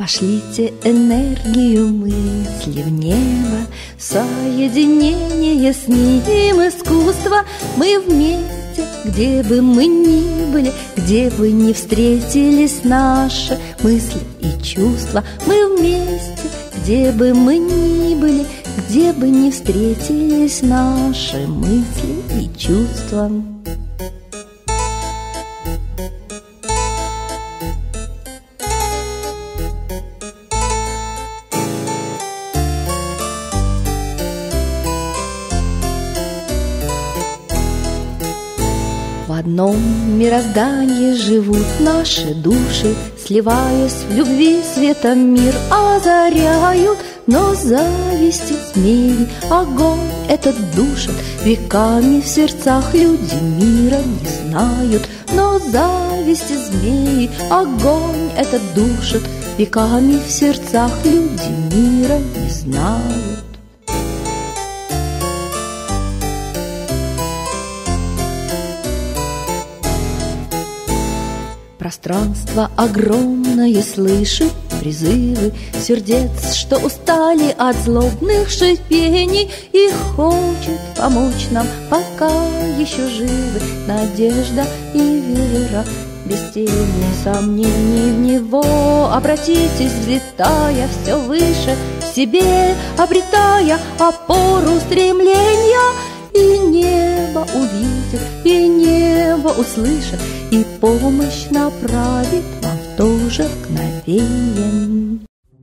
Пошлите энергию мысли в небо, соединение с ним искусства. Мы вместе, где бы мы ни были, где бы ни встретились наши мысли и чувства. Мы вместе, где бы мы ни были, где бы ни встретились наши мысли и чувства. В одном мироздании живут наши души, сливаясь в любви, светом мир озаряют. Но зависти змеи огонь этот душит, веками в сердцах люди мира не знают. Но зависти змеи огонь этот душит, веками в сердцах люди мира не знают. Пространство огромное слышит призывы сердец, что устали от злобных шипений, и хочет помочь нам, пока еще живы надежда и вера. Без тени сомнений в него обратитесь, взлетая все выше, в себе обретая опору стремления. И небо увидит, и небо услышит, и помощь направит вам в то же мгновенье.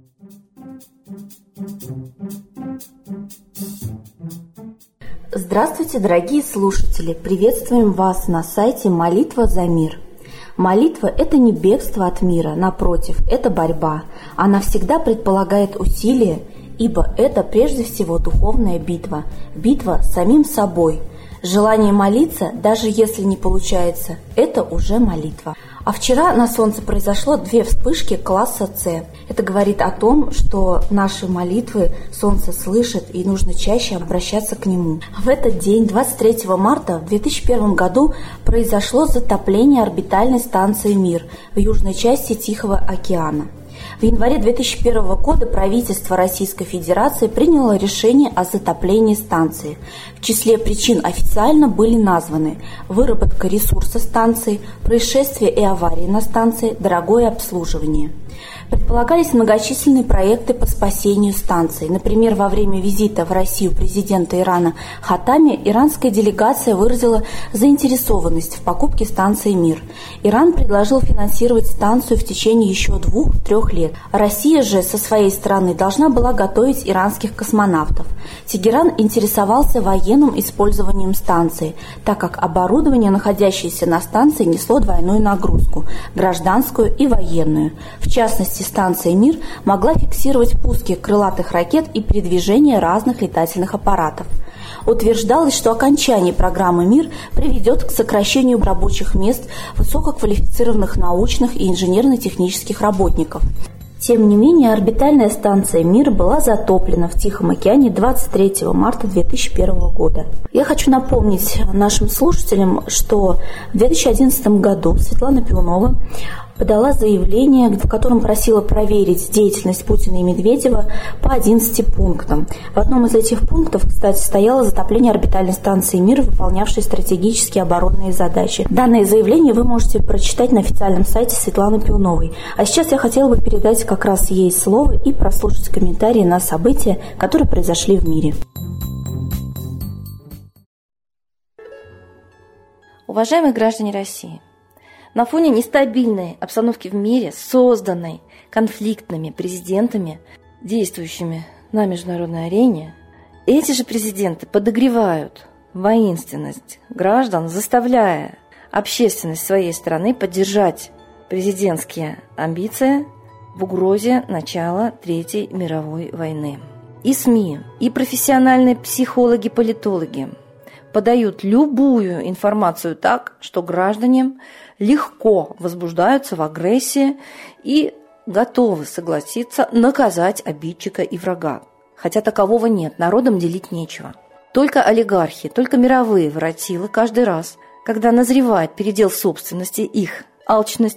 Здравствуйте, дорогие слушатели! Приветствуем вас на сайте «Молитва за мир». Молитва – это не бегство от мира, напротив, это борьба. Она всегда предполагает усилие, ибо это прежде всего духовная битва, битва с самим собой. Желание молиться, даже если не получается, это уже молитва. А вчера на Солнце произошло 2 вспышки класса С. Это говорит о том, что наши молитвы Солнце слышит и нужно чаще обращаться к нему. В этот день, 23 марта в 2001 году, произошло затопление орбитальной станции «Мир» в южной части Тихого океана. В январе 2001 года правительство Российской Федерации приняло решение о затоплении станции. В числе причин официально были названы выработка ресурса станции, происшествия и аварии на станции, дорогое обслуживание. Предполагались многочисленные проекты по спасению станции. Например, во время визита в Россию президента Ирана Хатами иранская делегация выразила заинтересованность в покупке станции «Мир». Иран предложил финансировать станцию в течение еще 2-3 лет. Россия же со своей стороны должна была готовить иранских космонавтов. Тегеран интересовался военным использованием станции, так как оборудование, находящееся на станции, несло двойную нагрузку – гражданскую и военную. В частности, станция «Мир» могла фиксировать пуски крылатых ракет и передвижение разных летательных аппаратов. Утверждалось, что окончание программы «Мир» приведет к сокращению рабочих мест высококвалифицированных научных и инженерно-технических работников. Тем не менее, орбитальная станция «Мир» была затоплена в Тихом океане 23 марта 2001 года. Я хочу напомнить нашим слушателям, что в 2011 году Светлана Пионова подала заявление, в котором просила проверить деятельность Путина и Медведева по 11 пунктам. В одном из этих пунктов, кстати, стояло затопление орбитальной станции «Мир», выполнявшей стратегические оборонные задачи. Данное заявление вы можете прочитать на официальном сайте Светланы Пионовой. А сейчас я хотела бы передать как раз ей слово и прослушать комментарии на события, которые произошли в мире. Уважаемые граждане России, на фоне нестабильной обстановки в мире, созданной конфликтными президентами, действующими на международной арене, эти же президенты подогревают воинственность граждан, заставляя общественность своей страны поддержать президентские амбиции в угрозе начала Третьей мировой войны. И СМИ, и профессиональные психологи-политологи подают любую информацию так, что граждане легко возбуждаются в агрессии и готовы согласиться наказать обидчика и врага. Хотя такового нет, народам делить нечего. Только олигархи, только мировые воротилы каждый раз, когда назревает передел собственности, их алчность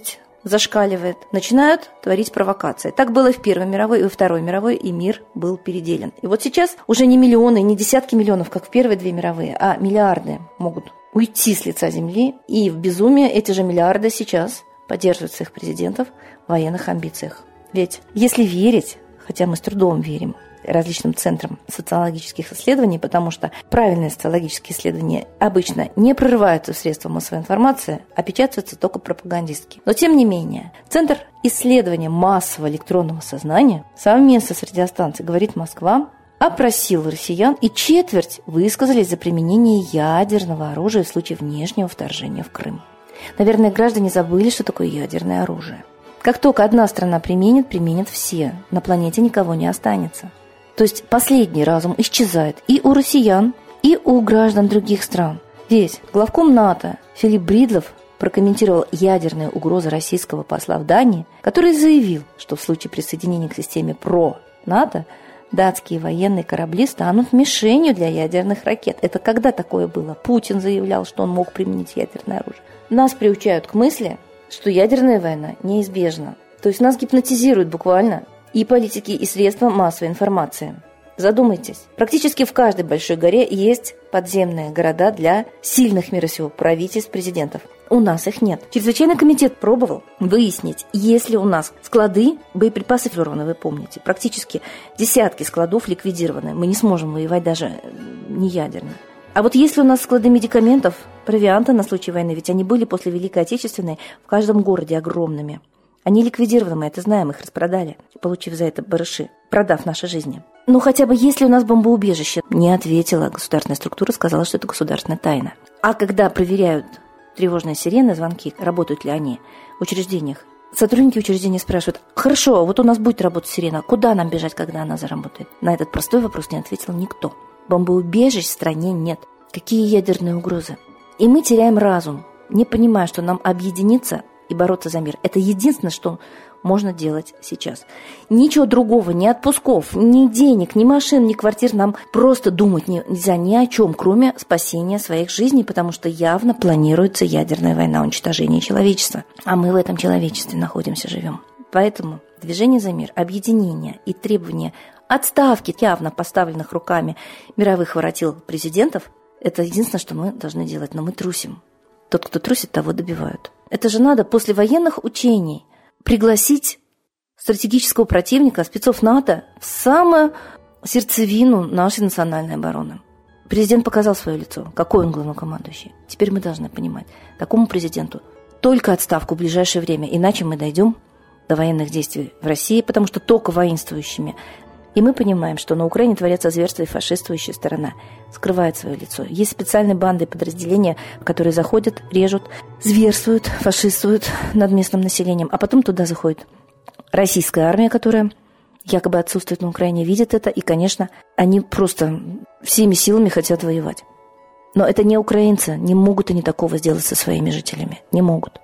зашкаливает, начинают творить провокации. Так было и в Первой мировой, и во Второй мировой, и мир был переделен. И вот сейчас уже не миллионы, не десятки миллионов, как в первые две мировые, а миллиарды могут уйти с лица земли, и в безумие эти же миллиарды сейчас поддерживают своих президентов в военных амбициях. Ведь если верить, хотя мы с трудом верим различным центрам социологических исследований, потому что правильные социологические исследования обычно не прорываются в средства массовой информации, а печатаются только пропагандистски. Но тем не менее, Центр исследования массового электронного сознания совместно с радиостанцией «Говорит Москва» опросил россиян, и четверть высказались за применение ядерного оружия в случае внешнего вторжения в Крым. Наверное, граждане забыли, что такое ядерное оружие. Как только одна страна применят все. На планете никого не останется. То есть последний разум исчезает и у россиян, и у граждан других стран. Ведь главком НАТО Филипп Бридлов прокомментировал ядерные угрозы российского посла в Дании, который заявил, что в случае присоединения к системе ПРО НАТО датские военные корабли станут мишенью для ядерных ракет. Это когда такое было? Путин заявлял, что он мог применить ядерное оружие. Нас приучают к мысли, что ядерная война неизбежна. То есть нас гипнотизируют буквально и политики, и средства массовой информации. Задумайтесь, практически в каждой большой горе есть подземные города для сильных мира сего правительств, президентов. У нас их нет. Чрезвычайный комитет пробовал выяснить, есть ли у нас склады боеприпасов урана, вы помните. Практически десятки складов ликвидированы. Мы не сможем воевать даже не ядерно. А вот если у нас склады медикаментов, провианта на случай войны, ведь они были после Великой Отечественной в каждом городе огромными. Они ликвидированы, мы это знаем, их распродали, получив за это барыши, продав наши жизни. Ну, хотя бы если у нас бомбоубежище, не ответила государственная структура, сказала, что это государственная тайна. А когда проверяют тревожные сирены, звонки, работают ли они в учреждениях, сотрудники учреждения спрашивают: хорошо, вот у нас будет работать сирена, куда нам бежать, когда она заработает? На этот простой вопрос не ответил никто. Бомбоубежищ в стране нет. Какие ядерные угрозы? И мы теряем разум, не понимая, что нам объединиться и бороться за мир. Это единственное, что можно делать сейчас. Ничего другого, ни отпусков, ни денег, ни машин, ни квартир нам просто думать нельзя ни о чем, кроме спасения своих жизней, потому что явно планируется ядерная война, уничтожение человечества. А мы в этом человечестве находимся, живем. Поэтому движение за мир, объединение и требования отставки явно поставленных руками мировых воротил президентов – это единственное, что мы должны делать. Но мы трусим. Тот, кто трусит, того добивают. Это же надо после военных учений пригласить стратегического противника, спецов НАТО, в самую сердцевину нашей национальной обороны. Президент показал свое лицо, какой он главнокомандующий. Теперь мы должны понимать, такому президенту только отставку в ближайшее время, иначе мы дойдем до военных действий в России, потому что только воинствующими. И мы понимаем, что на Украине творятся зверства, и фашистующая сторона скрывает свое лицо. Есть специальные банды и подразделения, которые заходят, режут, зверствуют, фашистуют над местным населением, а потом туда заходит российская армия, которая якобы отсутствует на Украине, видит это, и, конечно, они просто всеми силами хотят воевать. Но это не украинцы, не могут они такого сделать со своими жителями, не могут.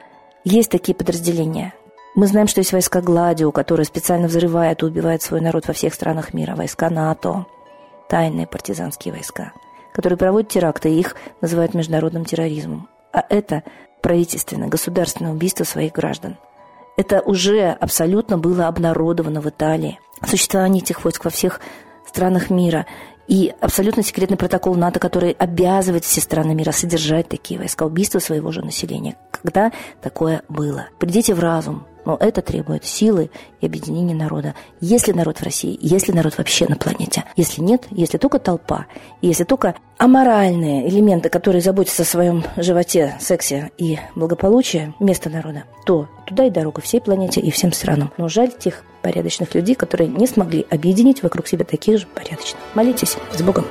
Есть такие подразделения. Мы знаем, что есть войска Гладио, которые специально взрывают и убивают свой народ во всех странах мира. Войска НАТО, тайные партизанские войска, которые проводят теракты, и их называют международным терроризмом. А это правительственное, государственное убийство своих граждан. Это уже абсолютно было обнародовано в Италии. Существование этих войск во всех странах мира. И абсолютно секретный протокол НАТО, который обязывает все страны мира содержать такие войска, убийства своего же населения. Когда такое было? Придите в разум. Но это требует силы и объединения народа. Если народ в России, если народ вообще на планете. Если нет, если только толпа, если только аморальные элементы, которые заботятся о своем животе, сексе и благополучии вместо народа, то туда и дорога всей планете и всем странам. Но жаль тех порядочных людей, которые не смогли объединить вокруг себя таких же порядочных. Молитесь. С Богом.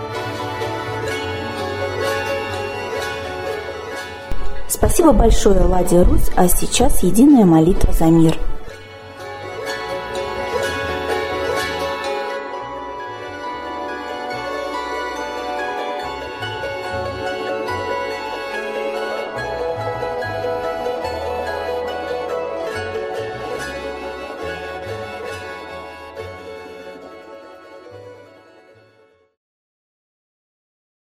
Спасибо большое, Ладья Русь, а сейчас единая молитва за мир.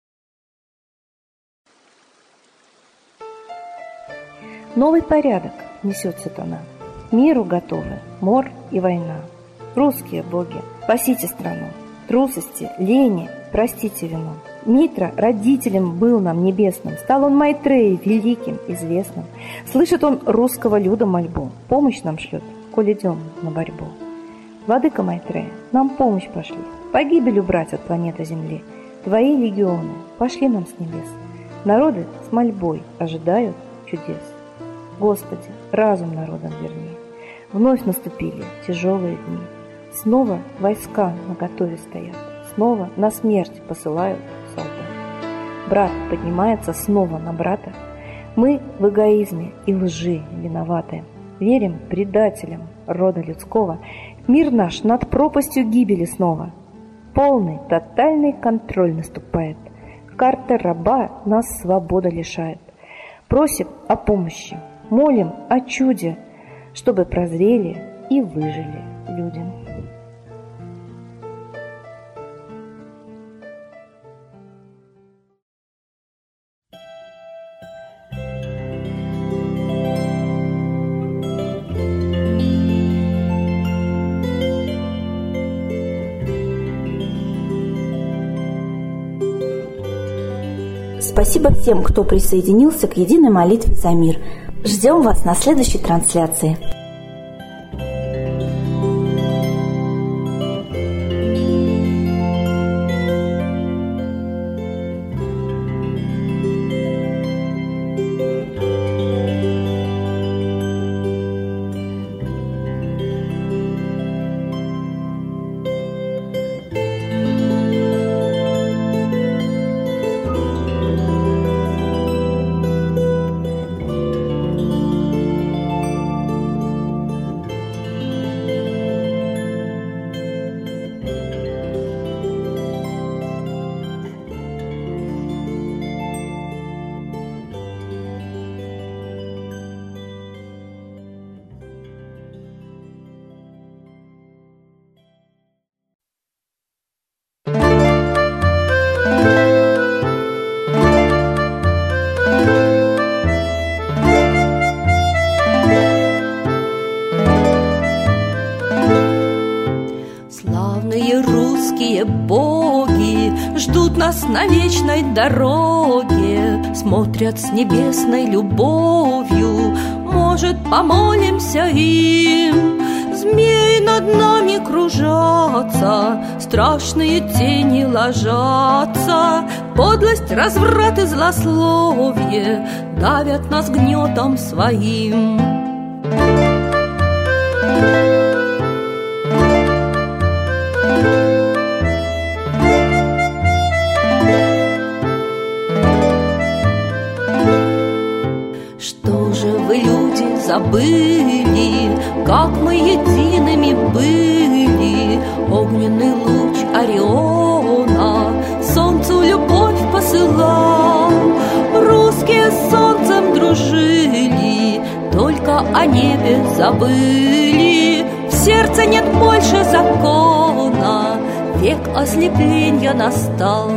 Новый порядок. несет сатана. Миру готовы мор и война. Русские боги, спасите страну. Трусости, лени, простите вину. Митра родителем был нам небесным, стал он Майтреей великим, известным. Слышит он русского люда мольбу, помощь нам шлет, коль идем на борьбу. Владыка Майтрея, нам помощь пошли, погибель убрать от планеты Земли. Твои легионы пошли нам с небес. Народы с мольбой ожидают чудес. Господи, разум народам верни. Вновь наступили тяжелые дни. Снова войска наготове стоят, снова на смерть посылают солдат. Брат поднимается снова на брата. Мы в эгоизме и лжи виноваты. Верим предателям рода людского. Мир наш над пропастью гибели снова. Полный, тотальный контроль наступает. Карта раба нас свобода лишает. Просим о помощи, молим о чуде, чтобы прозрели и выжили люди. Спасибо всем, кто присоединился к единой молитве за мир. Ждем вас на следующей трансляции. Боги ждут нас на вечной дороге, смотрят с небесной любовью. Может, помолимся им? Змеи над нами кружатся, страшные тени ложатся. Подлость, разврат и злословие давят нас гнетом своим. Забыли, как мы едиными были. Огненный луч Ориона солнцу любовь посылал. Русские с солнцем дружили, только о небе забыли. В сердце нет больше закона, век ослепления настал.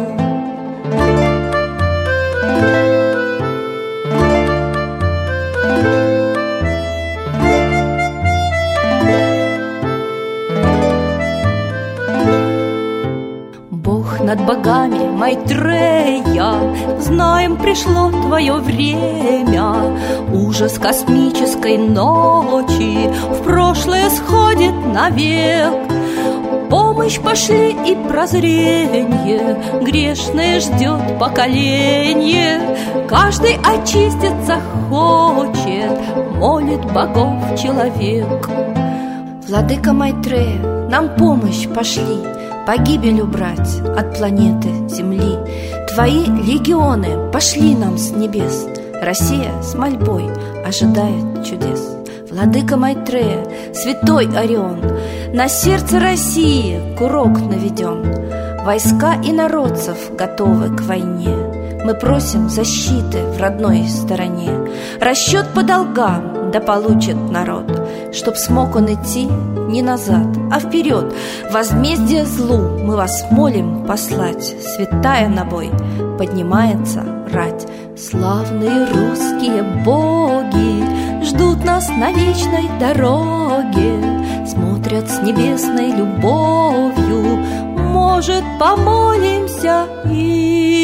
Над богами Майтрея, знаем, пришло твое время. Ужас космической ночи в прошлое сходит навек. Помощь пошли и прозрение, грешное ждет поколение. Каждый очиститься хочет, молит богов человек. Владыка Майтрея, нам помощь пошли, погибель убрать от планеты Земли. Твои легионы пошли нам с небес. Россия с мольбой ожидает чудес. Владыка Майтрея, святой Орион, на сердце России курок наведен. Войска инородцев готовы к войне. Мы просим защиты в родной стороне. Расчет по долгам да получит народ, чтоб смог он идти не назад, а вперед. Возмездие злу мы вас молим послать. Святая на бой поднимается рать. Славные русские боги ждут нас нас на вечной дороге, смотрят с небесной любовью. Может, помолимся и